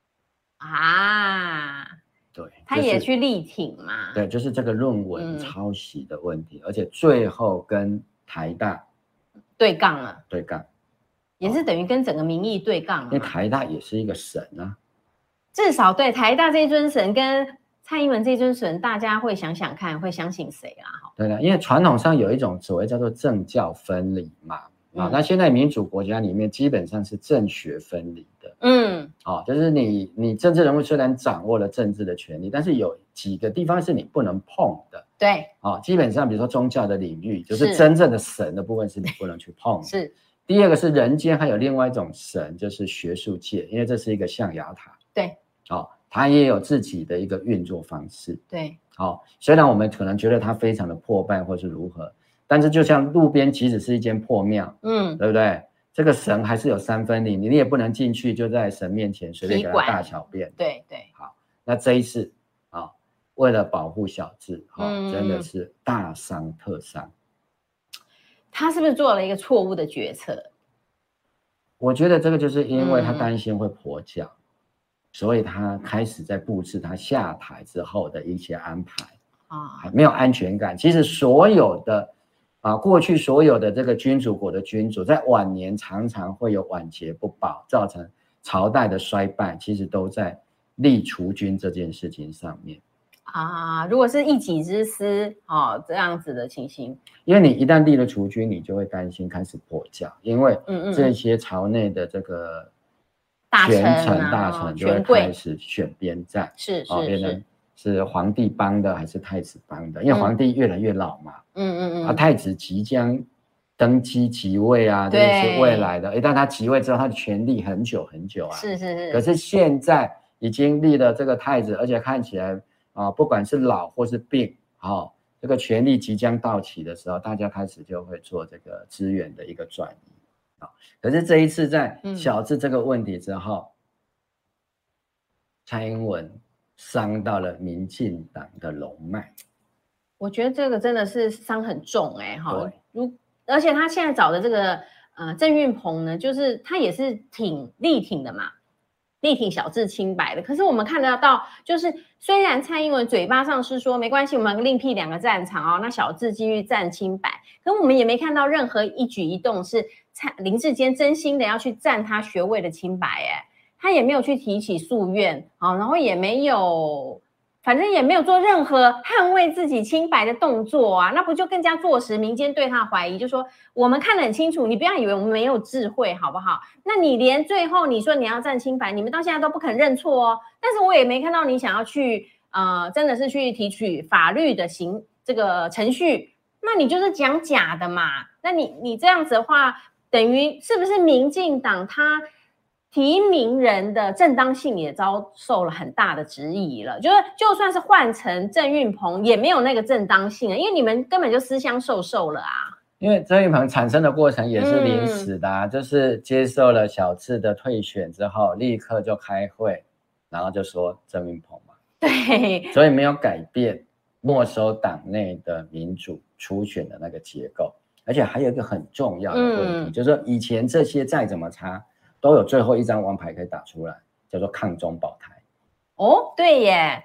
啊。对，他也去力挺嘛。 对，就是这个论文抄袭的问题，嗯、而且最后跟台大对杠了。 对杠， 也是等于跟整个民意对杠了。 因为台大也是一个神啊。 至少对台大这尊神跟蔡英文这尊神，大家会想想看，会相信谁啊？ 对的，因为传统上有一种所谓叫做政教分离嘛，啊、嗯，那现在民主国家里面基本上是政学分离的，嗯，哦，就是你你政治人物虽然掌握了政治的权利，但是有几个地方是你不能碰的， 对， 哦，基本上比如说宗教的领域，就是真正的神的部分是你不能去碰的， 是。 第二个是人间还有另外一种神，就是学术界，因为这是一个象牙塔， 对， 哦，它也有自己的一个运作方式， 对。 好、哦，虽然我们可能觉得它非常的破败或是如何，但是就像路边即使是一间破庙，嗯，对不对？这个神还是有三分灵，你也不能进去就在神面前随便给他大小便。 对对。 好，那这一次啊、哦，为了保护小智，哈、哦嗯，真的是大伤特伤。 他是不是做了一个错误的决策？ 我觉得这个就是因为他担心会跛脚。嗯，所以他开始在布置他下台之后的一些安排啊，没有安全感。其实所有的啊，过去所有的这个君主国的君主，在晚年常常会有晚节不保，造成朝代的衰败，其实都在立储君这件事情上面啊。如果是一己之私哦，这样子的情形， 因为你一旦立了储君，你就会担心开始跛脚，因为这些朝内的这个。权臣大臣就会开始选边站， 是是哦，变成是皇帝帮的还是太子帮的？因为皇帝越来越老嘛，嗯嗯嗯，啊，太子即将登基即位啊，这是未来的。一旦他即位之后，他的权力很久很久啊， 是是是。 可是现在已经立了这个太子，而且看起来啊，不管是老或是病，哦，这个权力即将到期的时候，大家开始就会做这个资源的一个转移。可是这一次在小智这个问题之后，嗯、蔡英文伤到了民进党的龙脉。 我觉得这个真的是伤很重哎、欸、哈，如而且他现在找的这个呃郑运鹏呢，就是他也是挺力挺的嘛，力挺小智清白的。可是我们看得到，就是虽然蔡英文嘴巴上是说没关系，我们另辟两个战场哦，那小智继续战清白，可我们也没看到任何一举一动是蔡林智坚真心的要去战他学位的清白，哎，他也没有去提起诉愿，好，然后也没有，反正也没有做任何捍卫自己清白的动作啊，那不就更加坐实民间对他怀疑，就说我们看得很清楚，你不要以为我们没有智慧，好不好？那你连最后你说你要站清白，你们到现在都不肯认错哦，但是我也没看到你想要去，呃，真的是去提取法律的行这个程序，那你就是讲假的嘛？那你你这样子的话，等于是不是民进党他提名人的正当性也遭受了很大的质疑了？就是就算是换成郑运鹏，也没有那个正当性啊，因为你们根本就私相授受了啊。 因为郑运鹏产生的过程也是临时的啊，嗯、就是接受了小智的退选之后，立刻就开会，然后就说郑运鹏嘛， 对， 所以没有改变没收党内的民主初选的那个结构。而且还有一个很重要的问题，嗯、就是说以前这些再怎么差，都有最后一张王牌可以打出来，叫做抗中保台。 哦，对耶，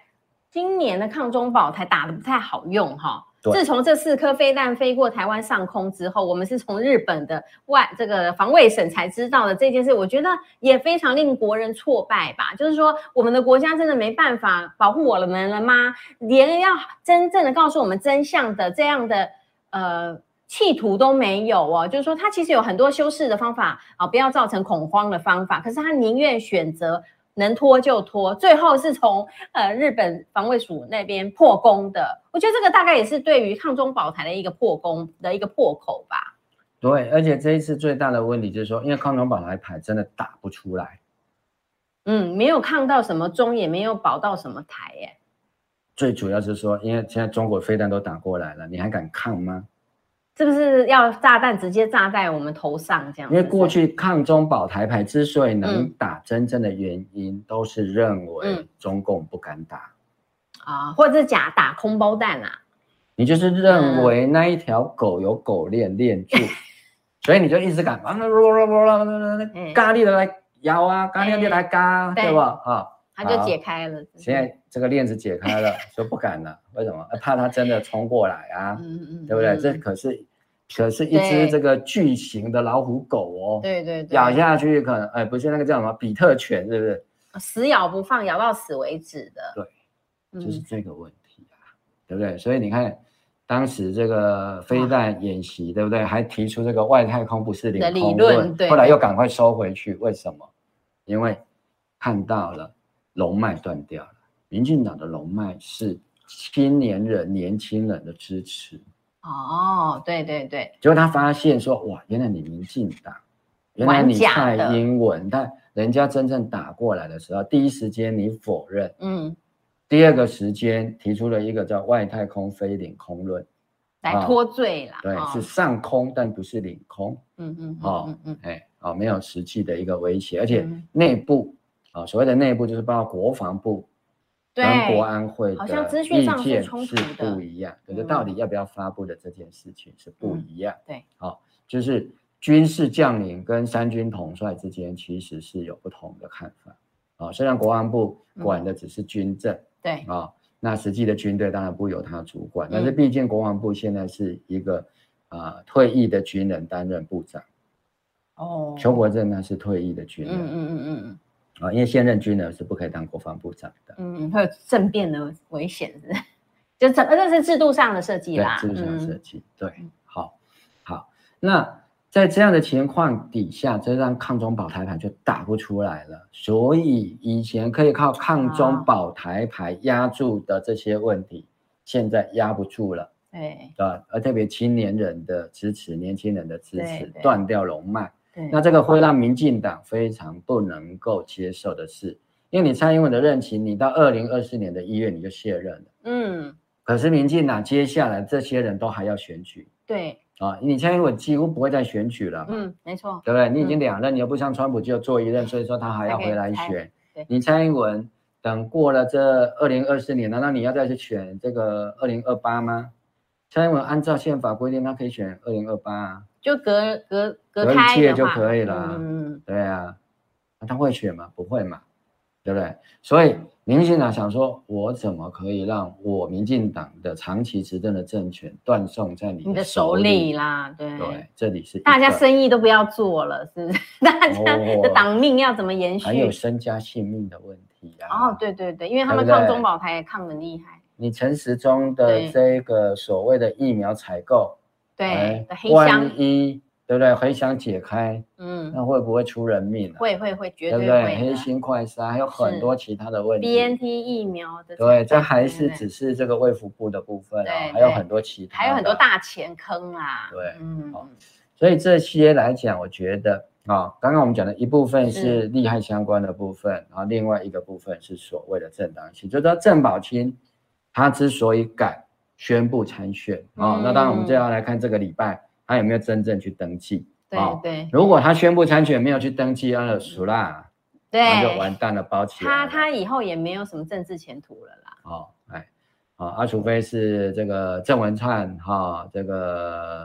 今年的抗中保台打得不太好用哈。自从这四颗飞弹飞过台湾上空之后，我们是从日本的外这个防卫省才知道的这件事，我觉得也非常令国人挫败吧。就是说，我们的国家真的没办法保护我们了吗？连要真正的告诉我们真相的这样的呃企图都没有哦。就是说，他其实有很多修饰的方法啊，不要造成恐慌的方法，可是他宁愿选择能拖就拖，最后是从呃日本防卫署那边破功的。我觉得这个大概也是对于抗中保台的一个破功的一个破口吧。 对，而且这一次最大的问题就是说，因为抗中保台牌真的打不出来， 嗯，没有抗到什么中，也没有保到什么台耶。 最主要是说，因为现在中国飞弹都打过来了，你还敢抗吗？ 是不是要炸弹直接炸在我们头上这样？ 因为过去抗中保台牌之所以能打，真正的原因、嗯、都是认为中共不敢打、 嗯、啊，或者是假打空包弹啊。 你就是认为那一条狗有狗链链住，嗯、所以你就一直敢咖喱的来摇啊，咖喱的来嘎，对吧？啊， 它就解开了。 现在这个链子解开了，说不敢了，为什么？怕它真的冲过来啊，嗯嗯对不对？嗯、这可是。可是，一只这个巨型的老虎狗哦， 对对对， 咬下去可能，哎，不是那个叫什么比特犬，是不是？ 死咬不放，咬到死为止的。 对，就是这个问题啊，嗯、对不对？所以你看，当时这个飞弹演习，对不对？还提出这个外太空不是领空论，后来又赶快收回去，为什么？因为看到了龙脉断掉了，民进党的龙脉是青年人、年轻人的支持。 哦，对对对， 结果他发现说，哇，原来你民进党，原来你蔡英文，但人家真正打过来的时候，第一时间你否认，嗯，第二个时间提出了一个叫外太空非领空论， 来脱罪啦， 哦、对，哦、是上空但不是领空，嗯嗯，哦，嗯嗯，哎，哦，没有实际的一个威胁，而且内部啊、嗯哦，所谓的内部就是包括国防部。跟国安会的意见是不一样，可是到底要不要发布的这件事情是不一样。 嗯、对， 好、哦，就是军事将领跟三军统帅之间其实是有不同的看法。啊、哦，虽然国安部管的只是军政，嗯、 对， 啊、哦，那实际的军队当然不由他主管，嗯、但是毕竟国防部现在是一个啊、呃、退役的军人担任部长。哦，邱国正呢是退役的军人。嗯嗯嗯嗯。啊，因为现任军人是不可以当国防部长的， 嗯，会有政变的危险，是，就这这是制度上的设计啦， 对，制度上的设计，嗯、对，好，好，那在这样的情况底下，这让抗中保台牌就打不出来了，所以以前可以靠抗中保台牌压住的这些问题，啊、现在压不住了，对，啊，而特别青年人的支持，年轻人的支持，断掉龙脉。那这个会让民进党非常不能够接受的是，因为你蔡英文的任期，你到二零二四年的一月你就卸任了，嗯，可是民进党接下来这些人都还要选举， 对， 啊，你蔡英文几乎不会再选举了， 嗯，没错， 对不对？你已经两任，嗯、你又不像川普只有做一任，所以说他还要回来选，你蔡英文等过了这二零二四年，难道你要再去选这个二零二八吗？蔡英文按照宪法规定，他可以选二零二八啊。 就隔隔隔开一届就可以了，嗯，对啊，他会选吗？不会嘛，对不对？所以民进党想说，我怎么可以让我民进党的长期执政的政权断送在你的手里, 你的手里啦？对对，这里是大家生意都不要做了，是不是？大家的党命要怎么延续？ 还有身家性命的问题啊！ 哦，对对对，因为他们抗中保台也抗得厉害。 你陈时中的这个所谓的疫苗采购。 对，黑箱万一对不对？黑箱解开，嗯，那会不会出人命、啊？ 会会会，绝对会。黑心快筛还有很多其他的问题。 B N T 疫苗的， 对，这还是只是这个卫福部的部分啊、哦，还有很多其他的， 还有很多大钱坑啦。 对，嗯，哦、所以这些来讲，我觉得啊、哦，刚刚我们讲的一部分是利害相关的部分，然后另外一个部分是所谓的正当性，就说郑宝清他之所以敢宣布参选啊、哦，那当然我们就要来看这个礼拜他有没有真正去登记。 对、哦、对， 如果他宣布参选没有去登记，那就输啦，对，那就完蛋了，包起来了。 他他以后也没有什么政治前途了啦。 哦，哎，啊，啊，除非是这个郑文灿哈、哦，这个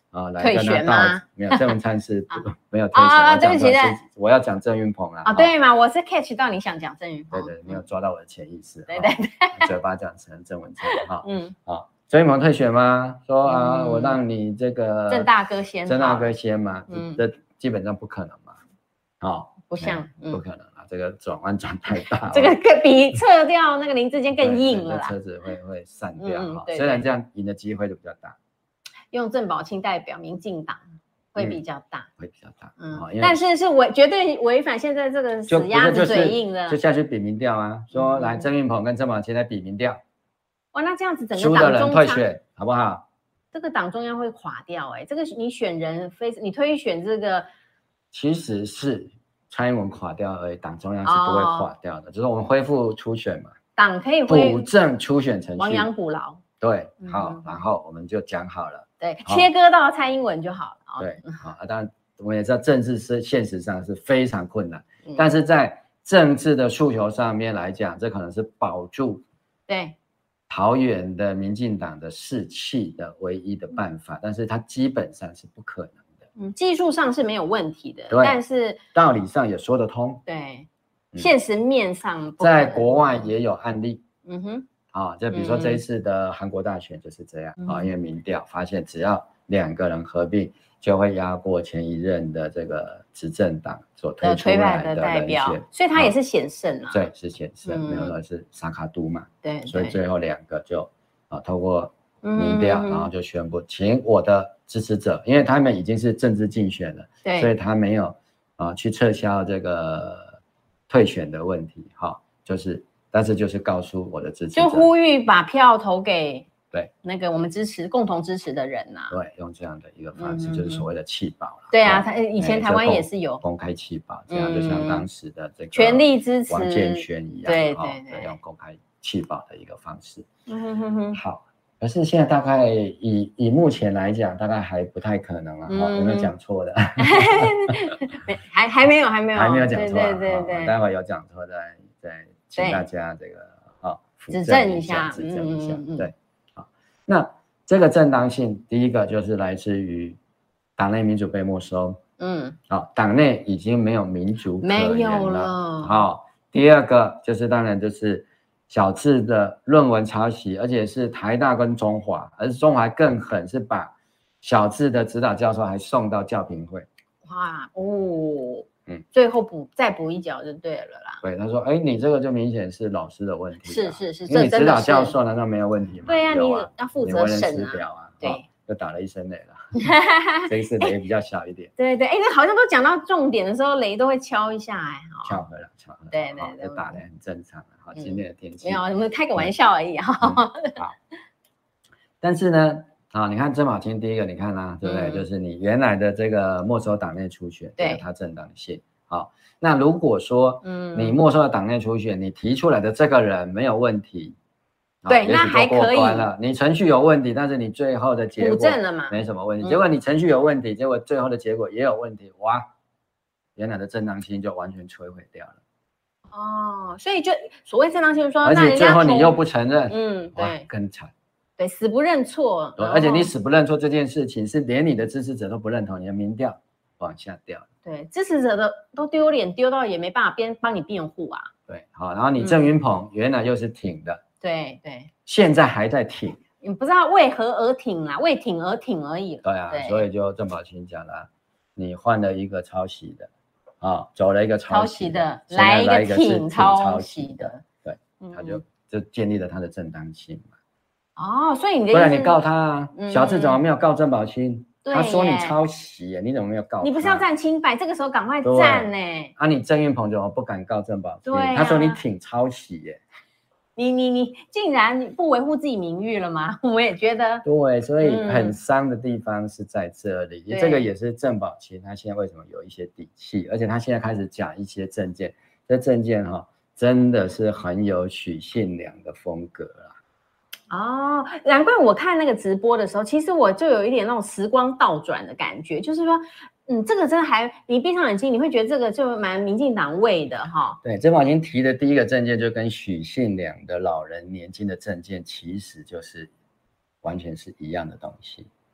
啊，来跟他道没有郑文灿是没有退选啊，对不起， 我要讲郑运鹏啦。 啊，对嘛，我是 catch 到你想讲郑运鹏， 对对，没有抓到我的潜意识， 对对对， 嘴巴讲成郑文灿哈， 嗯， 好，郑运鹏退选吗？说啊，我让你这个郑大哥先， 郑大哥先嘛，这基本上不可能嘛，好， 不像， 不可能啊，这个转弯转太大， 这个比撤掉那个林智坚更硬了啦， 车子会会散掉哈，虽然这样赢的机会就比较大。 用郑宝清代表民进党会比较大， 会比较大， 嗯，但是是违绝对违反现在这个死鸭子嘴硬的， 就下去比民调啊，说来郑运鹏跟郑宝清来比民调， 哇，那这样子整个输的人退选好不好？ 这个党中央会垮掉哎，这个你选人非你推选这个， 其实是蔡英文垮掉而已，党中央是不会垮掉的，就是我们恢复初选嘛， 党可以补正初选程序， 亡羊补牢， 对，好，然后我们就讲好了。 对，切割到蔡英文就好了。 对，好，当然我们也知道政治是现实上是非常困难，嗯、但是在政治的诉求上面来讲，这可能是保住对桃园的民进党的士气的唯一的办法，但是它基本上是不可能的。 嗯，技术上是没有问题的，但是道理上也说得通。 对，嗯、现实面上在国外也有案例。 嗯哼。 啊，就比如说这一次的韩国大选就是这样、嗯、啊，因为民调发现只要两个人合并，就会压过前一任的这个执政党所推出来的代表， 所以他也是险胜啊。 对，是险胜，没有说是萨卡都嘛。 对， 所以最后两个就啊透过民调，然后就宣布请我的支持者，因为他们已经是政治竞选了， 对， 所以他没有啊去撤销这个退选的问题，哈，就是。但是就是告诉我的支持者， 就呼吁把票投给对那个我们支持共同支持的人呐、啊。 对，用这样的一个方式，嗯、就是所谓的弃保了。 对啊，他以前台湾也是有公开弃保，这样、嗯、就像当时的这个全力支持王建煊一样， 对对对， 用公开弃保的一个方式。 嗯哼哼哼。 好，可是现在大概以以目前来讲，大概还不太可能了。哈、嗯，有没有讲错的？ 还还没有，还没有， 还没有讲错。 对对对， 待会有讲错再再请大家这个。 指正一下， 指正一下，嗯嗯对，好，那这个正当性，第一个就是来自于党内民主被没收，嗯，好，党内已经没有民主可言了， 没有了， 好，第二个就是当然就是小智的论文抄袭，而且是台大跟中华，而中华更狠，是把小智的指导教授还送到教评会， 哇哦。嗯，最后补再补一脚就对了啦。 对，他说：“哎，你这个就明显是老师的问题、啊， 是是是， 因为你指导教授难道没有问题吗？ 对呀、啊，你要负责审啊，啊对、 哦，就打了一身雷了。这一次雷比较小一点。 对对，哎，那好像都讲到重点的时候，雷都会敲一下、欸，哎， 敲回来，敲回来。 对对对， 就打得很正常。好，今天的天气、 嗯、没有，我们开个玩笑而已哈、 嗯嗯。好，但是呢。”啊，你看郑宝清第一个，你看啦、啊，对不对、嗯？就是你原来的这个没收党内初选， 对它正当性。好，那如果说，嗯，你没收了党内初选，你提出来的这个人没有问题， 对，那还可以了。你程序有问题，但是你最后的结果补正了嘛， 没什么问题。嗯、结果你程序有问题，结果最后的结果也有问题，哇，原来的正当性就完全摧毁掉了。 哦，所以就所谓正当性，就是说， 而且最后你又不承认， 嗯，对， 更惨。 对，死不认错， 而且你死不认错这件事情，是连你的支持者都不认同，你的民调往下掉。 对，支持者的都丢脸，丢到也没办法边帮你辩护啊。 对，好，然后你郑云鹏原来又是挺的， 对对， 现在还在挺， 你不知道为何而挺啊，为挺而挺而已。 对啊，对，所以就郑宝清讲了，你换了一个抄袭的，啊，走了一个抄袭的， 来一个挺抄袭的， 对，他就就建立了他的正当性嘛。 哦，所以你的意思， 不然你告他啊？嗯、小智怎么没有告郑宝清？他说你抄袭耶，你怎么没有告他？ 你不是要站清白？这个时候赶快站呢！ 啊，你郑运鹏怎么不敢告郑宝清？啊、他说你挺抄袭耶。 你你你竟然不维护自己名誉了吗？我也觉得。 对，所以很伤的地方是在这里。嗯、这个也是郑宝清他现在为什么有一些底气，而且他现在开始讲一些政见，这政见哈、哦、真的是很有许信良的风格啦。 哦，难怪我看那个直播的时候，其实我就有一点那种时光倒转的感觉，就是说，嗯，这个真的还，你闭上眼睛，你会觉得这个就蛮民进党味的哈。 对，郑宝清提的第一个政见就跟许信良的老人年金的政见，其实就是完全是一样的东西。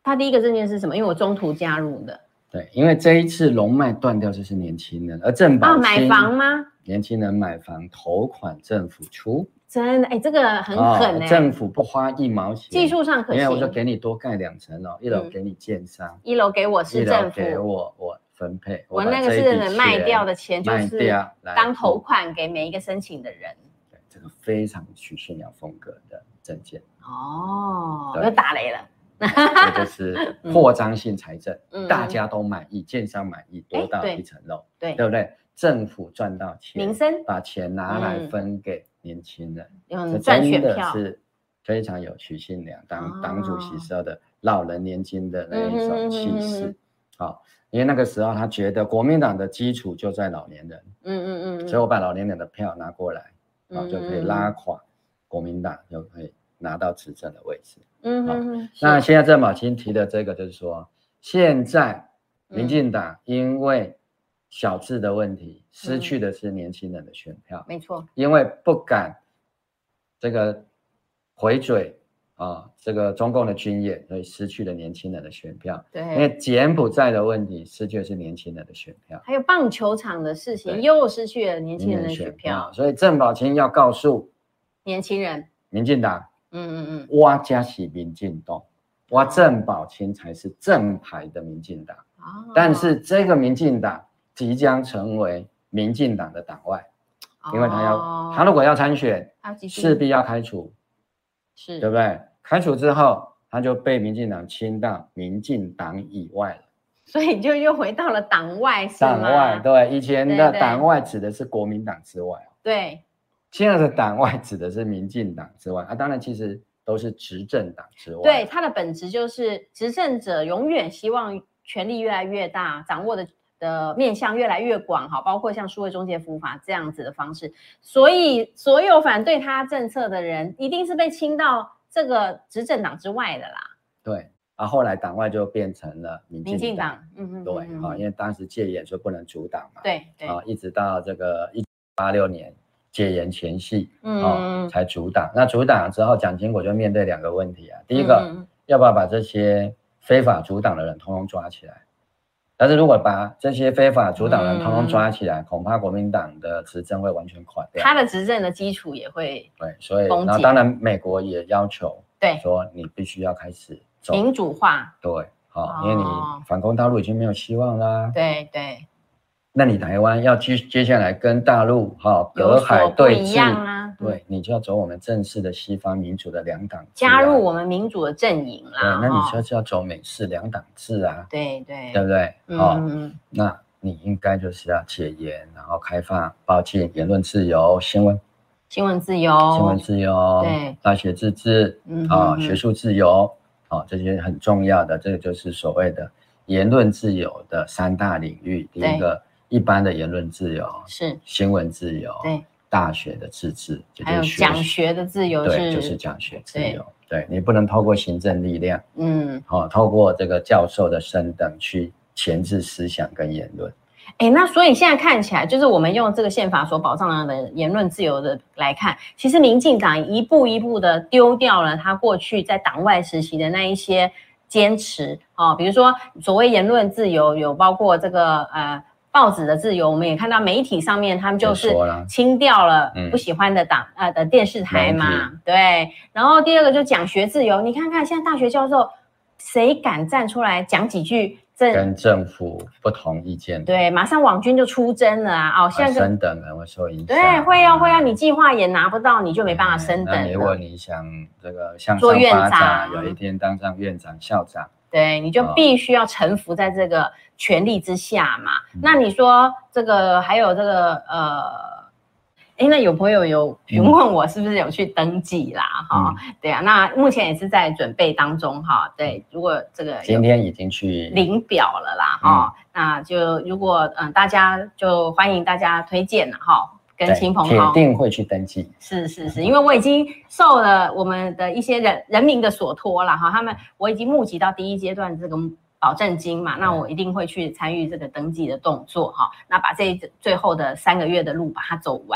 他第一个证件是什么？因为我中途加入的。 对，因为这一次龙脉断掉就是年轻人，而郑宝清、 啊、买房吗？ 年轻人买房，头款政府出， 真的哎，这个很狠哎、 哦，政府不花一毛钱， 技术上可行， 因为我就给你多盖两层哦，一楼给你建商，嗯、 一楼给我市政府， 给我我分配， 我那个是卖掉的钱，就是当头款给每一个申请的人。 对，这个非常取信仰风格的证件哦，又打雷了。 这就是扩张性财政，嗯、大家都满意，建商满意，多到一层楼， 对对不对？政府赚到钱， 民生把钱拿来分给年轻人， 嗯，赚选票是非常有取信良。当、哦、党主席时候的老人年金的那一种气势，好、嗯哦，因为那个时候他觉得国民党的基础就在老年人，嗯嗯嗯，所以我把老年人的票拿过来，啊、哦，就可以拉垮国民党，就可以拿到执政的位置。嗯哼，那现在郑宝清提的这个就是说，现在民进党因为小智的问题，失去的是年轻人的选票， 没错， 因为不敢这个回嘴啊，这个中共的军演，所以失去了年轻人的选票。 对， 因为柬埔寨的问题，失去的是年轻人的选票， 还有棒球场的事情，又失去了年轻人的选票。 所以郑宝清要告诉年轻人， 民进党。 嗯嗯嗯， 我才是民进党，我郑宝清才是正牌的民进党。哦、但是这个民进党即将成为民进党的党外，哦、因为他要，他如果要参选，势必要开除， 是， 对不对？开除之后，他就被民进党清到民进党以外了。 所以就又回到了党外，是吗？ 党外，对，以前的党外指的是国民党之外。 对。 现在的党外指的是民进党之外啊，当然其实都是执政党之外。 对，它的本质就是执政者永远希望权力越来越大，掌握的的面向越来越广，好，包括像数位中介服务法这样子的方式。所以，所有反对他政策的人，一定是被清到这个执政党之外的啦。 对，啊，后来党外就变成了民进党。 民进党，嗯嗯， 对，啊，因为当时戒严，所以不能阻挡嘛。 对对， 啊，一直到这个一九八六年。戒严前夕，嗯、哦，才阻挡。那阻挡之后，蒋经国就面对两个问题啊。第一个，嗯、要不要把这些非法阻挡的人通通抓起来？但是如果把这些非法阻挡人通通抓起来，嗯、恐怕国民党的执政会完全垮掉。 他的执政的基础也会对，所以然后当然美国也要求， 对， 说你必须要开始走民主化， 对，好、哦，因为你反攻大陆已经没有希望啦。 对对。 那你台湾要接接下来跟大陆哈、哦、隔海对峙啊， 对，嗯、你就要走我们正式的西方民主的两党制、 啊，加入我们民主的阵营啦。 对，那你就是要走美式两党制啊， 对对， 对不对？ 嗯、 哦，那你应该就是要戒严，然后开放、包进言论自由、新闻、 新闻自由、 新闻自由， 对， 大学自治，嗯啊、哦，学术自由，啊、哦，这些很重要的，这个就是所谓的言论自由的三大领域，第一个。一般的言论自由是新闻自由， 对大学的自治， 还有讲学的自由， 对，就是讲学自由。对，你不能透过行政力量， 嗯， 好、哦，透过这个教授的升等去钳制思想跟言论。 哎，那所以现在看起来，就是我们用这个宪法所保障的言论自由的来看，其实民进党一步一步的丢掉了他过去在党外时期的那一些坚持哦，比如说所谓言论自由，有包括这个呃。报纸的自由，我们也看到媒体上面他们就是清掉了不喜欢的党、嗯、呃的电视台嘛，对。然后第二个就讲学自由，你看看现在大学教授谁敢站出来讲几句政跟政府不同意见？ 对，马上网军就出征了啊！哦，现在升等人会受影响， 对，会啊会啊，你计划也拿不到，你就没办法升等、嗯。 那如果你想这个向上发展，有一天当上院长、校长。 对，你就必须要臣服在这个权力之下嘛。嗯、那你说这个还有这个呃，哎，那有朋友有询问我是不是有去登记啦？哈、嗯，对啊，那目前也是在准备当中哈。对，如果这个今天已经去领表了啦，哈、嗯，那就如果嗯、呃、大家就欢迎大家推荐了哈。跟亲朋好友铁定会去登记， 是是是，因为我已经受了我们的一些人人民的所托了哈，他们我已经募集到第一阶段这个保证金嘛，那我一定会去参与这个登记的动作哈，那把这最后的三个月的路把它走完。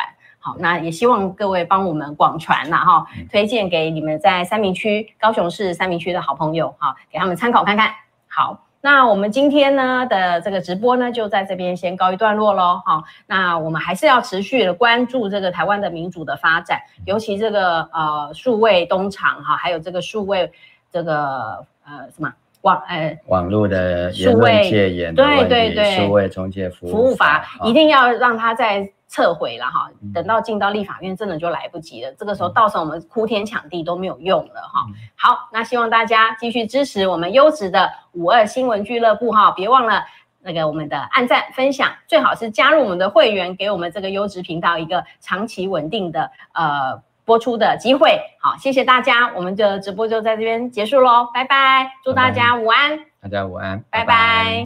好，那也希望各位帮我们广传啦哈，推荐给你们在三民区、高雄市三民区的好朋友哈，给他们参考看看。好。那我们今天呢的这个直播呢，就在这边先告一段落咯。好，那我们还是要持续的关注这个台湾的民主的发展，尤其这个呃数位东厂哈，还有这个数位这个呃什么网呃网络的言论戒严的问题， 对对对， 数位中介服务服务法一定要让它在。撤回了哈，等到进到立法院真的就来不及了。这个时候到时候我们哭天抢地都没有用了哈。好，那希望大家继续支持我们优质的五二新闻俱乐部哈，别忘了那个我们的按赞分享，最好是加入我们的会员，给我们这个优质频道一个长期稳定的呃播出的机会。好，谢谢大家，我们的直播就在这边结束咯，拜拜，祝大家午安， 大家午安， 拜拜。